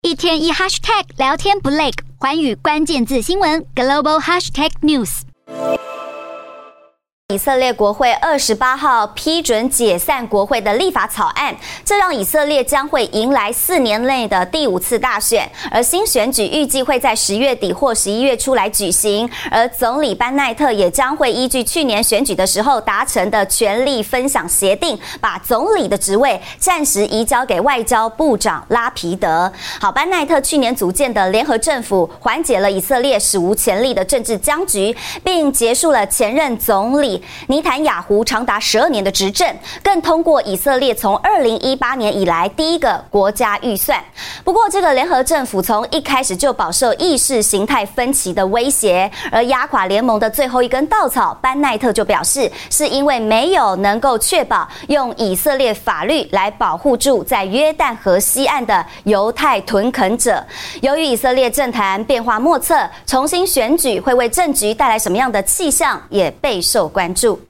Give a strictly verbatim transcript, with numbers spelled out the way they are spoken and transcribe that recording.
一天一 hashtag 聊天不累，寰宇关键字新闻 global hashtag news。 以色列国会二十八号批准解散国会的立法草案，这让以色列将会迎来四年内的第五次大选，而新选举预计会在十月底或十一月初来举行，而总理班奈特也将会依据去年选举的时候达成的权力分享协定，把总理的职位暂时移交给外交部长拉皮德。好，班奈特去年组建的联合政府缓解了以色列史无前例的政治僵局，并结束了前任总理尼坦雅胡长达十二年的执政，更通过以色列从二零一八年以来第一个国家预算。不过，这个联合政府从一开始就饱受意识形态分歧的威胁，而压垮联盟的最后一根稻草，班奈特就表示，是因为没有能够确保用以色列法律来保护住在约旦河西岸的犹太屯垦者。由于以色列政坛变化莫测，重新选举会为政局带来什么样的气象，也备受关注。